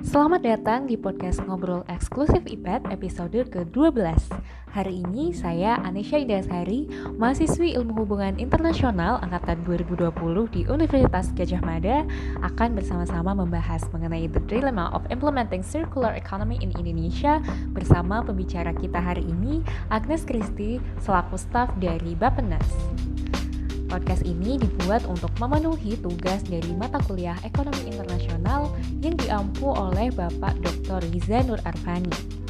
Selamat datang di podcast Ngobrol Eksklusif IPET episode ke-12. Hari ini saya Anesya Indasari, mahasiswi Ilmu Hubungan Internasional angkatan 2020 di Universitas Gadjah Mada, akan bersama-sama membahas mengenai the dilemma of implementing circular economy in Indonesia bersama pembicara kita hari ini, Agnes Christy, selaku staf dari Bappenas. Podcast ini dibuat untuk memenuhi tugas dari mata kuliah Ekonomi Internasional yang diampu oleh Bapak Dr. Riza Nur Arfani.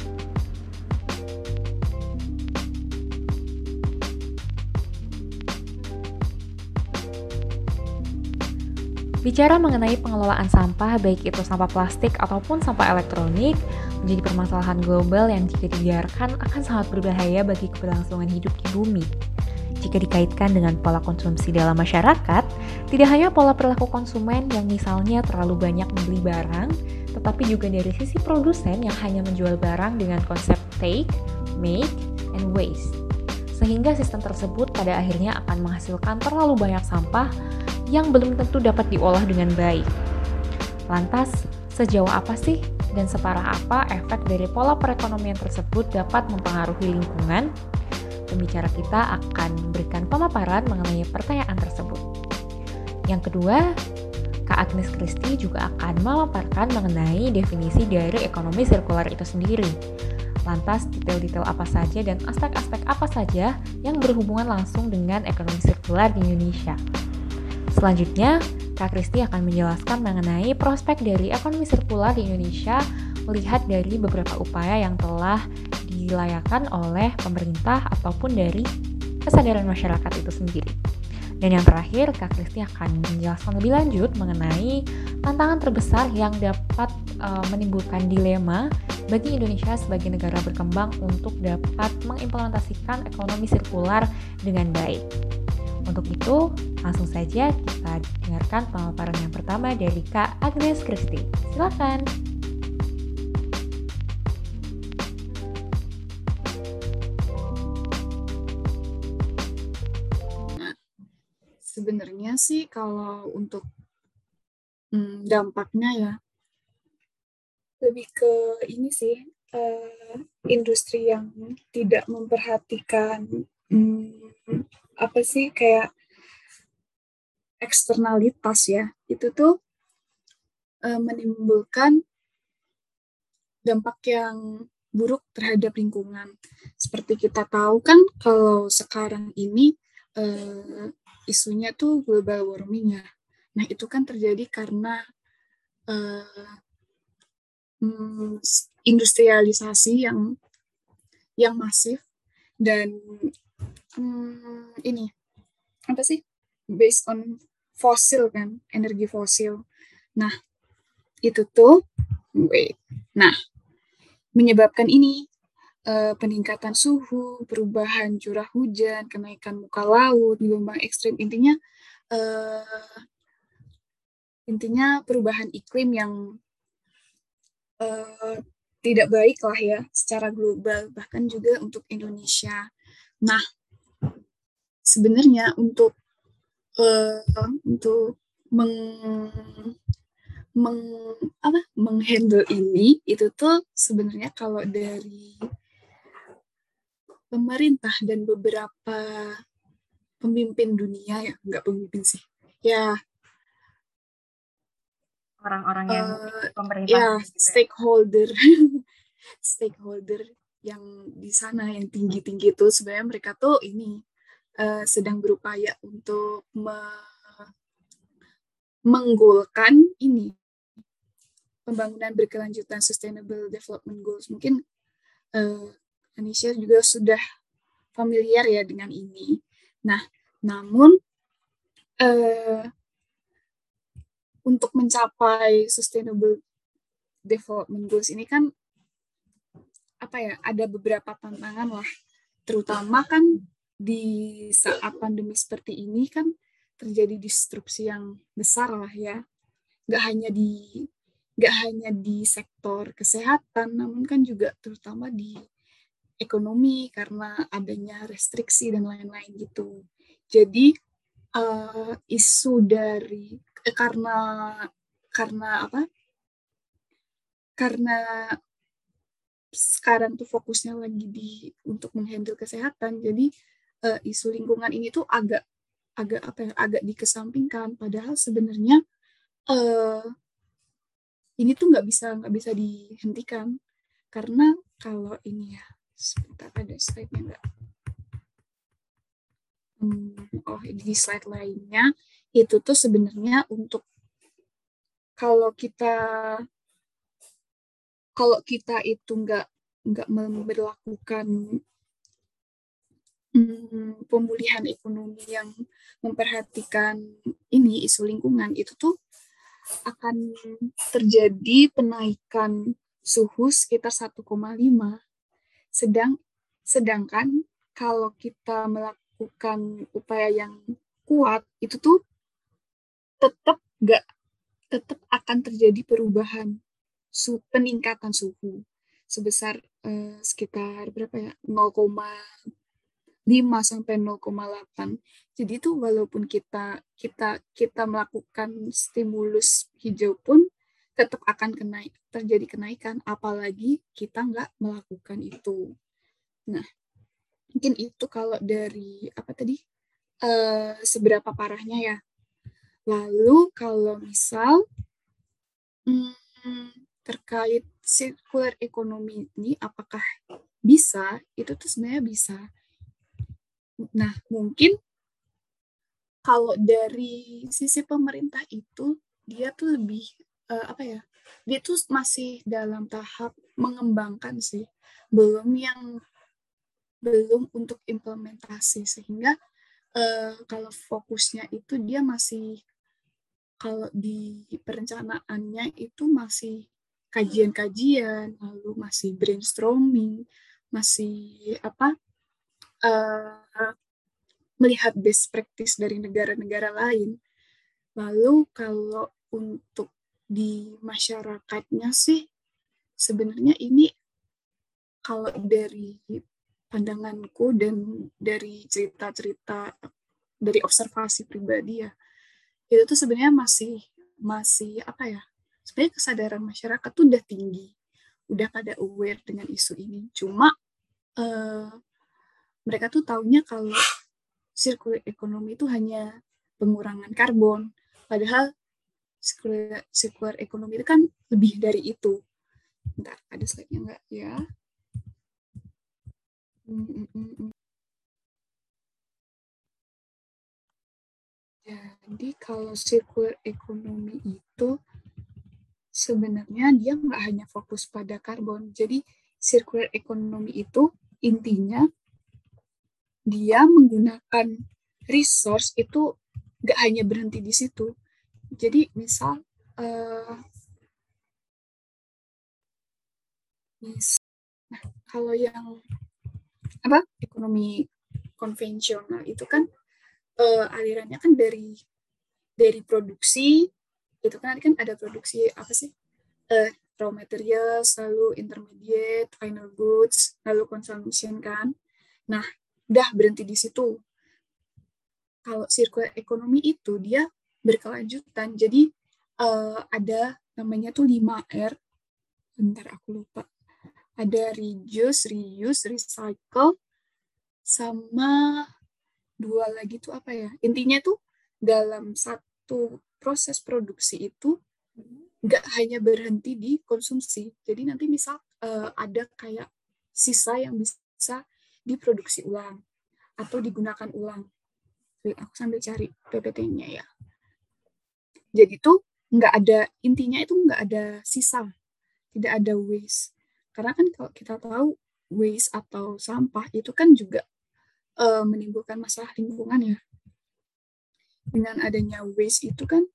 Bicara mengenai pengelolaan sampah, baik itu sampah plastik ataupun sampah elektronik, menjadi permasalahan global yang jika dibiarkan akan sangat berbahaya bagi keberlangsungan hidup di bumi. Jika dikaitkan dengan pola konsumsi dalam masyarakat, tidak hanya pola perilaku konsumen yang misalnya terlalu banyak membeli barang, tetapi juga dari sisi produsen yang hanya menjual barang dengan konsep take, make, and waste. Sehingga sistem tersebut pada akhirnya akan menghasilkan terlalu banyak sampah yang belum tentu dapat diolah dengan baik. Lantas, sejauh apa sih dan separah apa efek dari pola perekonomian tersebut dapat mempengaruhi lingkungan? Pembicara kita akan memberikan pemaparan mengenai pertanyaan tersebut. Yang kedua, Kak Agnes Christy juga akan memaparkan mengenai definisi dari ekonomi sirkular itu sendiri. Lantas, detail-detail apa saja dan aspek-aspek apa saja yang berhubungan langsung dengan ekonomi sirkular di Indonesia. Selanjutnya, Kak Christy akan menjelaskan mengenai prospek dari ekonomi sirkular di Indonesia melihat dari beberapa upaya yang telah dilayakan oleh pemerintah ataupun dari kesadaran masyarakat itu sendiri. Dan yang terakhir, Kak Christy akan menjelaskan lebih lanjut mengenai tantangan terbesar yang dapat menimbulkan dilema bagi Indonesia sebagai negara berkembang untuk dapat mengimplementasikan ekonomi sirkular dengan baik. Untuk itu, langsung saja kita dengarkan pemaparan yang pertama dari Kak Agnes Christy. Silakan. Sebenarnya sih kalau untuk dampaknya ya lebih ke ini sih, industri yang tidak memperhatikan apa sih kayak eksternalitas ya, itu tuh menimbulkan dampak yang buruk terhadap lingkungan. Seperti kita tahu kan kalau sekarang ini isunya tuh global warming ya. Nah itu kan terjadi karena industrialisasi yang masif dan ini apa sih based on fosil kan, energi fosil. Nah itu tuh menyebabkan ini peningkatan suhu, perubahan curah hujan, kenaikan muka laut, gelombang ekstrim, intinya perubahan iklim yang tidak baik lah ya secara global, bahkan juga untuk Indonesia. Nah, sebenarnya untuk menghandle ini itu tuh sebenarnya kalau dari pemerintah dan beberapa pemimpin dunia ya, nggak pemimpin sih, ya Orang-orang yang pemerintah ya gitu. stakeholder yang di sana yang tinggi-tinggi itu sebenarnya mereka tuh ini sedang berupaya untuk menggolkan ini pembangunan berkelanjutan sustainable development goals. Mungkin Indonesia juga sudah familiar ya dengan ini. Nah, namun untuk mencapai sustainable development goals ini kan apa ya, ada beberapa tantangan lah, terutama kan di saat pandemi seperti ini kan terjadi disrupsi yang besar lah ya, nggak hanya di sektor kesehatan, namun kan juga terutama di ekonomi karena adanya restriksi dan lain-lain gitu. Jadi isu dari karena apa karena sekarang tuh fokusnya lagi untuk menghandle kesehatan, jadi isu lingkungan ini tuh agak agak dikesampingkan, padahal sebenarnya ini tuh nggak bisa dihentikan, karena kalau ini ya, sebentar, ada slide-nya nggak? Di slide lainnya itu tuh sebenarnya untuk kalau kita itu nggak memperlakukan pemulihan ekonomi yang memperhatikan ini isu lingkungan, itu tuh akan terjadi penaikan suhu sekitar 1,5. Sedangkan kalau kita melakukan upaya yang kuat, itu tuh tetap akan terjadi perubahan peningkatan suhu sebesar sekitar berapa ya, 0,5 sampai 0,8. Jadi itu walaupun kita melakukan stimulus hijau pun tetap akan terjadi kenaikan, apalagi kita nggak melakukan itu. Nah, mungkin itu kalau dari apa tadi, seberapa parahnya ya. Lalu kalau misal terkait circular economy ini apakah bisa, itu tuh sebenarnya bisa. Nah, mungkin kalau dari sisi pemerintah itu dia tuh lebih apa ya, dia tuh masih dalam tahap mengembangkan sih, belum untuk implementasi, sehingga kalau fokusnya itu dia masih, kalau di perencanaannya itu masih kajian-kajian, lalu masih brainstorming, masih apa, melihat best practice dari negara-negara lain. Lalu kalau untuk di masyarakatnya sih, sebenarnya ini kalau dari pandanganku dan dari cerita-cerita, dari observasi pribadi ya, itu tuh sebenarnya masih apa ya, sebenarnya kesadaran masyarakat tuh udah tinggi, udah pada aware dengan isu ini. Cuma mereka tuh taunya kalau circular economy itu hanya pengurangan karbon, padahal circular economy itu kan lebih dari itu. Bentar, ada slide-nya nggak ya? Jadi kalau circular economy itu sebenarnya dia nggak hanya fokus pada karbon. Jadi circular economy itu intinya dia menggunakan resource itu nggak hanya berhenti di situ. Jadi misal kalau yang apa, ekonomi konvensional itu kan alirannya kan dari produksi, itu kan ada produksi apa sih, raw materials, lalu intermediate, final goods, lalu consumption kan. Nah, udah berhenti di situ. Kalau circular economy itu dia berkelanjutan, jadi ada namanya tuh 5R, bentar aku lupa, ada reduce, reuse, recycle, sama dua lagi tuh apa ya, intinya tuh dalam satu proses produksi itu nggak hanya berhenti di konsumsi, jadi nanti misal ada kayak sisa yang bisa diproduksi ulang atau digunakan ulang. Aku sambil cari PPT-nya ya. Jadi tuh nggak ada, intinya itu nggak ada sisa, tidak ada waste, karena kan kalau kita tahu waste atau sampah itu kan juga menimbulkan masalah lingkungan ya. Dengan adanya waste itu kan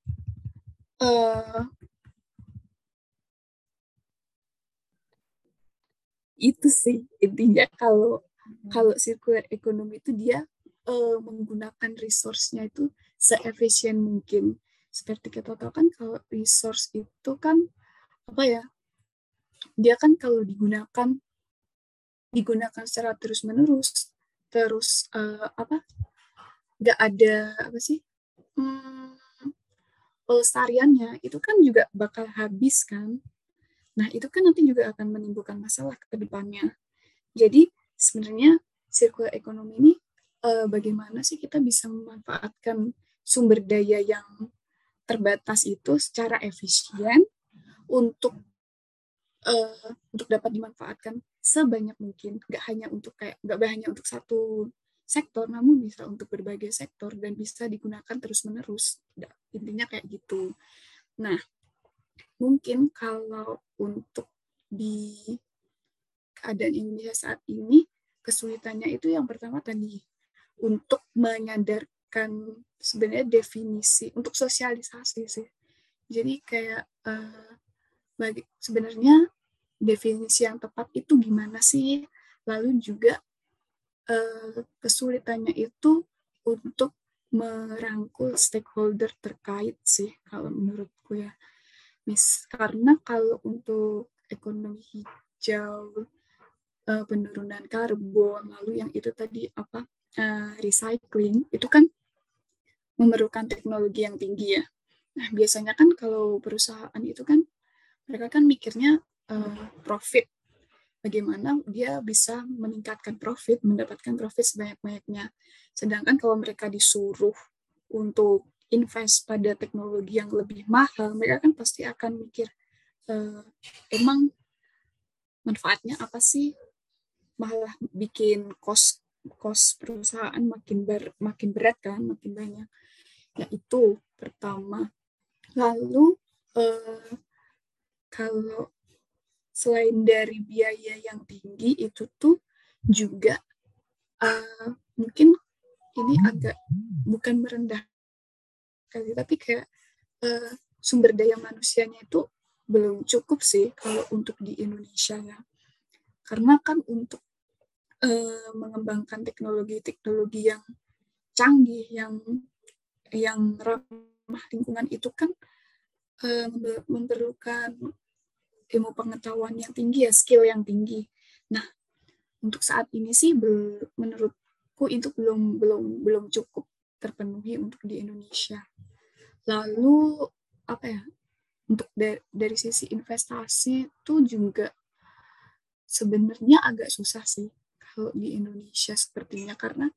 itu sih intinya, kalau circular economy itu dia menggunakan resource-nya itu seefisien mungkin. Seperti kita tahu kan kalau resource itu kan apa ya, dia kan kalau digunakan secara terus menerus, terus apa, nggak ada apa sih, pelestariannya itu kan juga bakal habis kan. Nah, itu kan nanti juga akan menimbulkan masalah ke depannya. Jadi sebenarnya circular economy ini bagaimana sih kita bisa memanfaatkan sumber daya yang terbatas itu secara efisien untuk untuk dapat dimanfaatkan sebanyak mungkin, nggak hanya untuk satu sektor, namun bisa untuk berbagai sektor dan bisa digunakan terus menerus. Intinya kayak gitu. Nah, mungkin kalau untuk di keadaan Indonesia saat ini, kesulitannya itu yang pertama tadi, untuk menyadarkan sebenarnya definisi, untuk sosialisasi sih. Jadi kayak sebenarnya definisi yang tepat itu gimana sih? Lalu juga kesulitannya itu untuk merangkul stakeholder terkait sih kalau menurutku ya. Karena kalau untuk ekonomi hijau, penurunan karbon, lalu yang itu tadi apa recycling, itu kan memerlukan teknologi yang tinggi ya. Nah, biasanya kan kalau perusahaan itu kan mereka kan mikirnya profit. Bagaimana dia bisa meningkatkan profit, mendapatkan profit sebanyak-banyaknya. Sedangkan kalau mereka disuruh untuk invest pada teknologi yang lebih mahal, mereka kan pasti akan mikir, emang manfaatnya apa sih? Malah bikin cost perusahaan makin berat kan, makin banyak. Ya itu pertama. Lalu kalau selain dari biaya yang tinggi itu tuh juga mungkin ini agak bukan merendahkan tapi kayak sumber daya manusianya itu belum cukup sih kalau untuk di Indonesia ya. Karena kan untuk mengembangkan teknologi-teknologi yang canggih, yang ramah lingkungan itu kan memerlukan ilmu pengetahuan yang tinggi ya, skill yang tinggi. Nah, untuk saat ini sih menurutku itu belum cukup terpenuhi untuk di Indonesia. Lalu apa ya? Untuk dari sisi investasi itu juga sebenarnya agak susah sih kalau di Indonesia sepertinya karena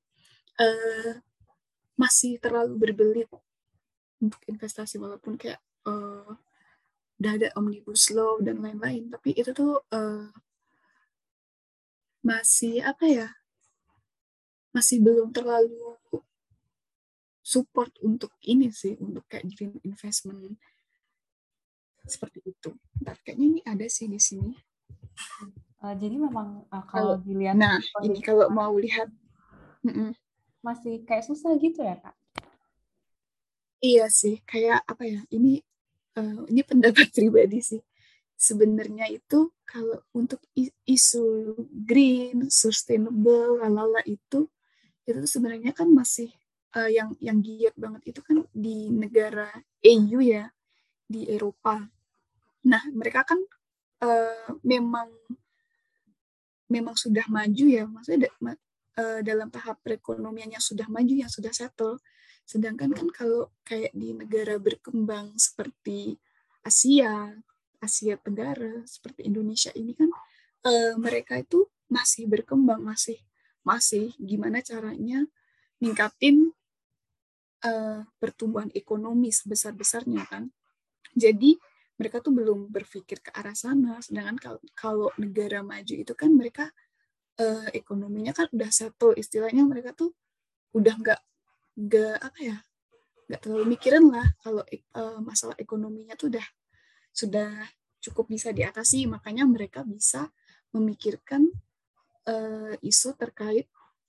masih terlalu berbelit untuk investasi walaupun kayak udah ada omnibus law dan lain-lain, tapi itu tuh masih apa ya? Masih belum terlalu support untuk ini sih, untuk kayak green investment seperti itu. Ntar kayaknya ini ada sih di sini. Jadi memang Kalau kalau dilihat nah ini kondisi kalau mau lihat, masih kayak susah gitu ya Kak? iya sih kayak apa ya? Ini pendapat pribadi sih. Sebenarnya itu kalau untuk isu green, sustainable, lalala itu sebenarnya kan masih yang giat banget itu kan di negara EU ya, di Eropa. Nah, mereka kan memang sudah maju ya, maksudnya dalam tahap perekonomian yang sudah maju, yang sudah settle. Sedangkan kan kalau kayak di negara berkembang seperti Asia, Asia Tenggara, seperti Indonesia ini kan mereka itu masih berkembang, masih gimana caranya ningkatin pertumbuhan ekonomi sebesar-besarnya kan. Jadi mereka tuh belum berpikir ke arah sana. Sedangkan kalau negara maju itu kan mereka ekonominya kan udah settle, istilahnya mereka tuh udah nggak apa ya, nggak terlalu mikirin lah kalau masalah ekonominya tuh sudah cukup bisa diatasi. Makanya mereka bisa memikirkan isu terkait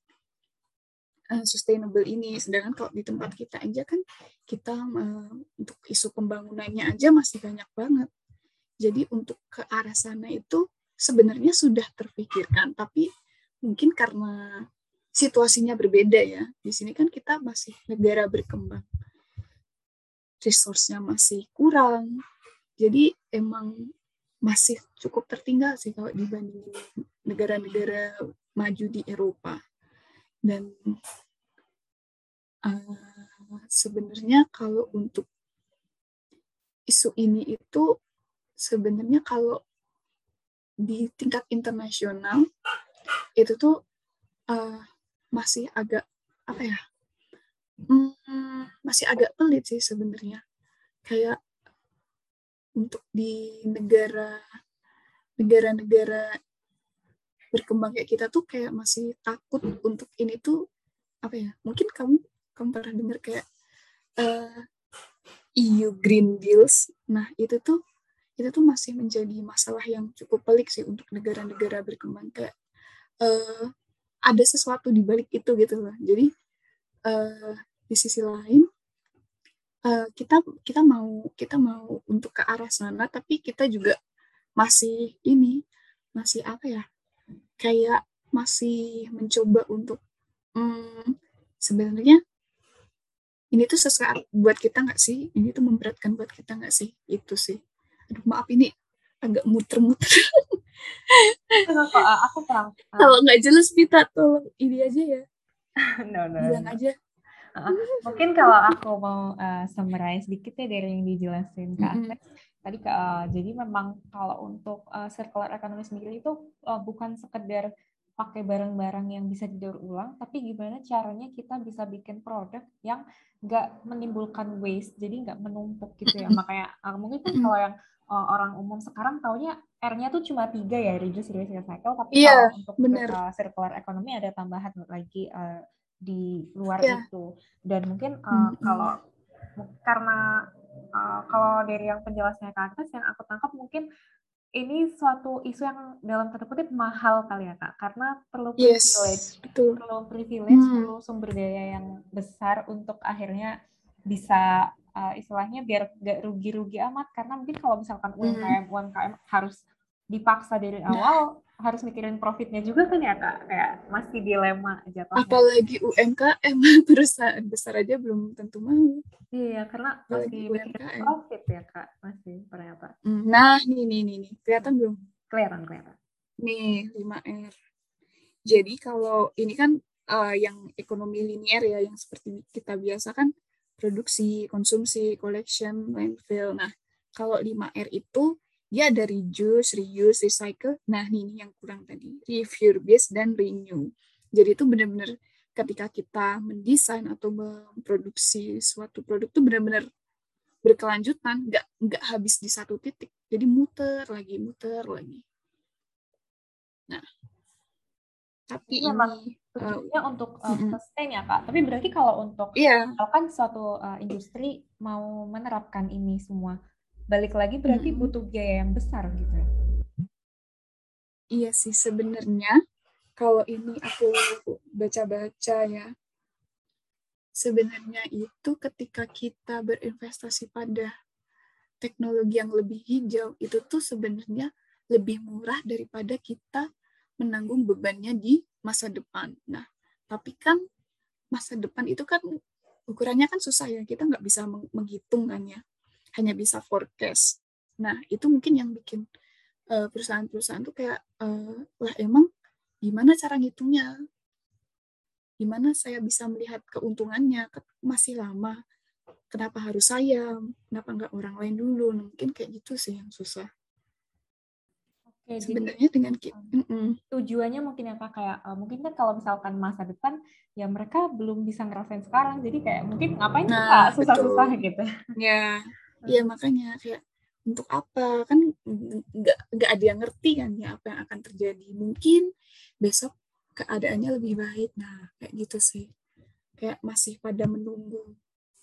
sustainable ini. Sedangkan kalau di tempat kita aja kan kita untuk isu pembangunannya aja masih banyak banget. Jadi untuk ke arah sana itu sebenarnya sudah terpikirkan, tapi mungkin karena situasinya berbeda ya. Di sini kan kita masih negara berkembang, resource-nya masih kurang. Jadi emang masih cukup tertinggal sih kalau dibanding negara-negara maju di Eropa. Dan sebenarnya kalau untuk isu ini itu sebenarnya kalau di tingkat internasional itu tuh masih agak apa ya, masih agak pelit sih sebenarnya. Kayak untuk di negara-negara berkembang kayak kita tuh kayak masih takut untuk ini tuh apa ya, mungkin kamu kamu pernah dengar kayak uh, EU Green Deals. Nah itu tuh masih menjadi masalah yang cukup pelik sih untuk negara-negara berkembang, kayak uh, ada sesuatu di balik itu gitu loh. Jadi uh, di sisi lain kita mau untuk ke arah sana, tapi kita juga masih apa ya, kayak masih mencoba untuk sebenarnya ini tuh sesuai buat kita nggak sih, ini tuh memberatkan buat kita nggak sih, itu sih. Aduh maaf ini agak muter-muter. Enggak kok, aku kurang Kalau nggak jelas Vita tolong ini aja ya, no no bilang no. aja. Mungkin kalau aku mau summarize dikit ya dari yang dijelasin Kak Mm-mm. Agnes tadi jadi memang kalau untuk circular economy sendiri itu bukan sekedar pakai barang-barang yang bisa didaur ulang, tapi gimana caranya kita bisa bikin produk yang nggak menimbulkan waste, jadi nggak menumpuk gitu ya. Makanya mungkin kan Mm-mm. kalau yang orang umum sekarang taunya R-nya tuh cuma 3 ya, reduce, reuse, recycle, tapi Iya kalau untuk benar. circular economy ada tambahan lagi di luar Iya. itu. Dan mungkin Mm-mm. kalau karena kalau dari yang penjelasannya Kak Agnes yang aku tangkap mungkin ini suatu isu yang dalam tanda kutip mahal kali ya Kak, karena Yes betul. perlu privilege, Hmm. perlu sumber daya yang besar untuk akhirnya bisa istilahnya biar gak rugi-rugi amat, karena mungkin kalau misalkan Hmm. UMKM harus dipaksa dari Nah, awal harus mikirin profitnya juga kan ya Kak, kayak masih dilema jatuhnya. apalagi UMKM, perusahaan besar aja belum tentu mau, Iya, karena masih apalagi mikirin UMKM. profit ya, Kak. Masih ternyata. Nah, nih, kelihatan belum? Kelihatan, kelihatan. Nih, 5R. Jadi kalau ini kan yang ekonomi linear ya, yang seperti kita biasa kan, produksi, konsumsi, collection, landfill. Nah, kalau 5R itu dia ada reduce, reuse, recycle. Nah, ini yang kurang tadi, refurbish dan renew. Jadi itu benar-benar ketika kita mendesain atau memproduksi suatu produk itu benar-benar berkelanjutan, nggak habis di satu titik. Jadi muter lagi, muter lagi. Nah, tapi Jadi memang ini tujuannya untuk sustain ya, Kak. Tapi berarti kalau untuk iya. misalkan suatu industri mau menerapkan ini semua, balik lagi berarti Mm-mm. butuh biaya yang besar gitu ya. Iya sih sebenarnya kalau ini aku baca-baca ya, sebenarnya itu ketika kita berinvestasi pada teknologi yang lebih hijau itu tuh sebenarnya lebih murah daripada kita menanggung bebannya di masa depan. Nah, tapi kan masa depan itu kan ukurannya kan susah ya, kita nggak bisa menghitung kan ya, hanya bisa forecast. Nah, itu mungkin yang bikin perusahaan-perusahaan tuh kayak lah emang gimana cara ngitungnya, gimana saya bisa melihat keuntungannya, masih lama, kenapa harus saya, kenapa nggak orang lain dulu. Nah, mungkin kayak gitu sih yang susah Oke, jadi sebenarnya dengan kita. tujuannya mungkin ya Kak, kayak mungkin kan kalau misalkan masa depan ya mereka belum bisa ngerasain sekarang, jadi kayak mungkin ngapain kita Nah susah-susah betul gitu. ya, ya makanya kayak untuk apa kan, nggak ada yang ngerti kan ya apa yang akan terjadi, mungkin besok keadaannya lebih baik. Nah kayak gitu sih, kayak masih pada menunggu,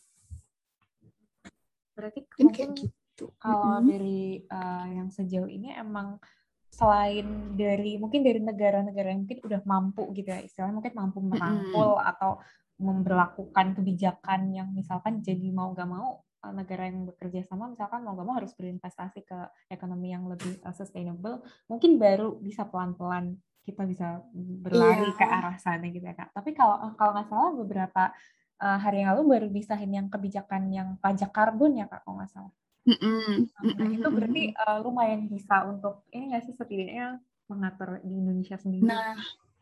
Berarti kan kayak mungkin gitu. kalau dari yang sejauh ini emang selain dari mungkin dari negara-negara yang mungkin udah mampu gitu ya, istilahnya mungkin mampu merangkul atau memberlakukan kebijakan yang misalkan jadi mau gak mau negara yang bekerja sama misalkan mau gak mau harus berinvestasi ke ekonomi yang lebih sustainable, mungkin baru bisa pelan-pelan kita bisa Iya. berlari ke arah sana gitu ya Kak. Tapi kalau kalau nggak salah beberapa hari yang lalu baru disahin yang kebijakan yang pajak karbon ya Kak, kalau nggak salah. Nah, itu berarti lumayan bisa untuk ini nggak sih setidaknya mengatur di Indonesia sendiri. Nah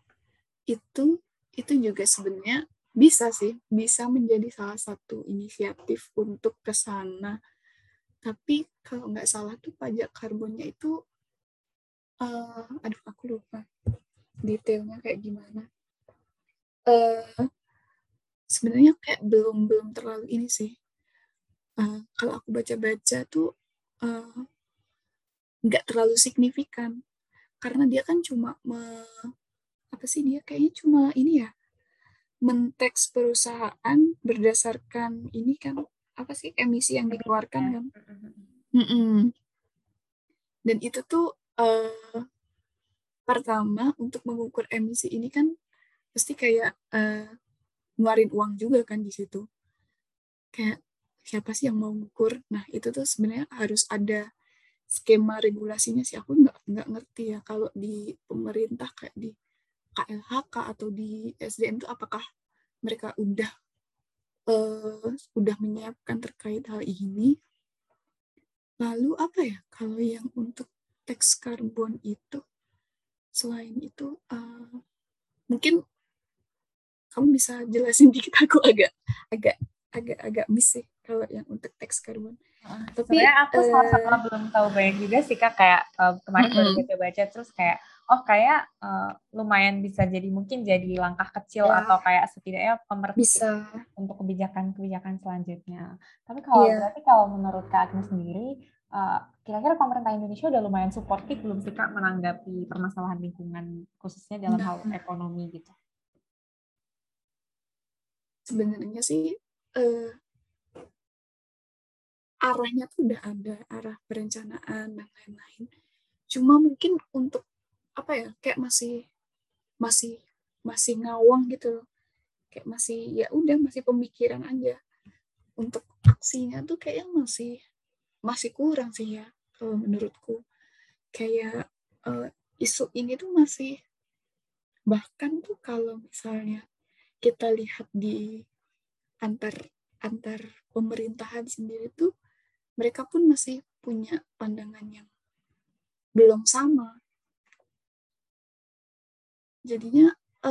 itu juga sebenarnya bisa sih, bisa menjadi salah satu inisiatif untuk ke sana. Tapi kalau nggak salah tuh pajak karbonnya itu Aduh aku lupa detailnya kayak gimana. Eh Sebenarnya kayak belum belum terlalu ini sih. Kalau aku baca-baca tuh eh, nggak terlalu signifikan karena dia kan cuma apa sih, dia kayaknya cuma ini ya, menteks perusahaan berdasarkan ini kan, apa sih, emisi yang dikeluarkan Ya. kan. Mm-mm. Dan itu tuh pertama untuk mengukur emisi ini kan pasti kayak ngeluarin uang juga kan di situ. Kayak siapa sih yang mau ngukur? Nah itu tuh sebenarnya harus ada skema regulasinya sih. Aku nggak ngerti ya kalau di pemerintah kayak di KLHK atau di SDM tuh apakah mereka udah menyiapkan terkait hal ini. Lalu apa ya kalau yang untuk tax karbon itu, selain itu mungkin kamu bisa jelasin dikit, aku agak agak miss sih kalau yang untuk tax karbon. Tapi Sebenarnya aku sama-sama belum tahu banyak juga sih Kak, kayak kemarin baru baca-baca terus kayak kayak lumayan bisa jadi mungkin jadi langkah kecil ya atau kayak setidaknya pemerhati bisa, untuk kebijakan-kebijakan selanjutnya. Tapi iya. berarti kalau menurut Kak Agnes sendiri kira-kira pemerintah Indonesia udah lumayan suportif belum sih Kak menanggapi permasalahan lingkungan khususnya dalam Nah, hal ekonomi gitu? sebenarnya sih eh, arahnya tuh udah ada, arah perencanaan dan lain-lain. Cuma mungkin untuk apa ya, kayak masih masih masih ngawang gitu loh. Kayak masih, ya udah, masih pemikiran aja. Untuk aksinya tuh kayaknya masih masih kurang sih ya kalau menurutku. Kayak isu ini tuh masih, bahkan tuh kalau misalnya kita lihat di antar antar pemerintahan sendiri tuh mereka pun masih punya pandangan yang belum sama. Jadinya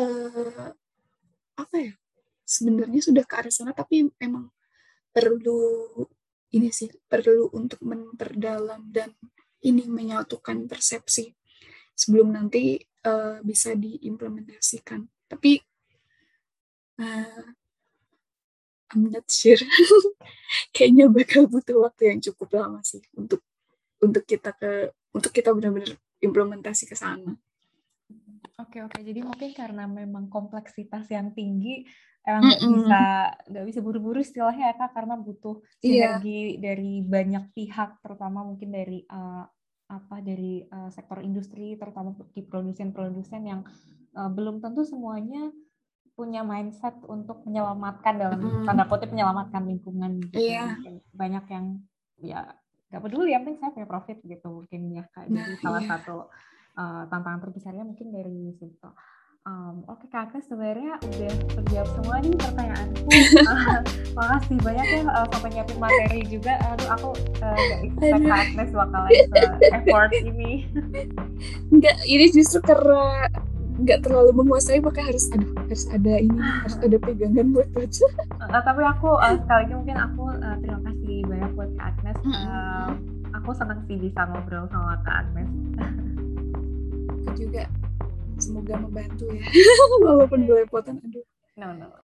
apa ya, sebenarnya sudah ke arah sana tapi memang perlu ini sih, perlu untuk memperdalam dan ini menyatukan persepsi sebelum nanti bisa diimplementasikan. Tapi uh, I'm not sure. Kayaknya bakal butuh waktu yang cukup lama sih untuk kita untuk kita benar-benar implementasi ke sana. Oke, jadi mungkin karena memang kompleksitas yang tinggi, emang nggak bisa buru-buru istilahnya ya Kak, karena butuh Iya, sinergi dari banyak pihak, terutama mungkin dari sektor industri, terutama di produsen-produsen yang belum tentu semuanya punya mindset untuk menyelamatkan dalam tanda kutip menyelamatkan lingkungan gitu. iya. Mungkin banyak yang ya nggak peduli, yang penting saya punya profit gitu mungkin ya Kak. Jadi Nah, salah iya. satu tantangan terbesarnya mungkin dari situ. Oke Kak Agnes, sebenarnya udah terjawab semua nih pertanyaanku. Makasih banyak ya sampai nyiapin materi juga. Aduh, aku nggak expect Kak Agnes bakalan se-effort ini. Enggak, ini justru karena nggak terlalu menguasai maka harus ada ini, harus ada pegangan buat baca. Tapi aku sekali lagi mungkin aku terima kasih banyak buat Kak Agnes. Aku senang sih bisa ngobrol sama Kak Agnes. Aku juga semoga membantu ya. Walaupun belepotan, aduh. No.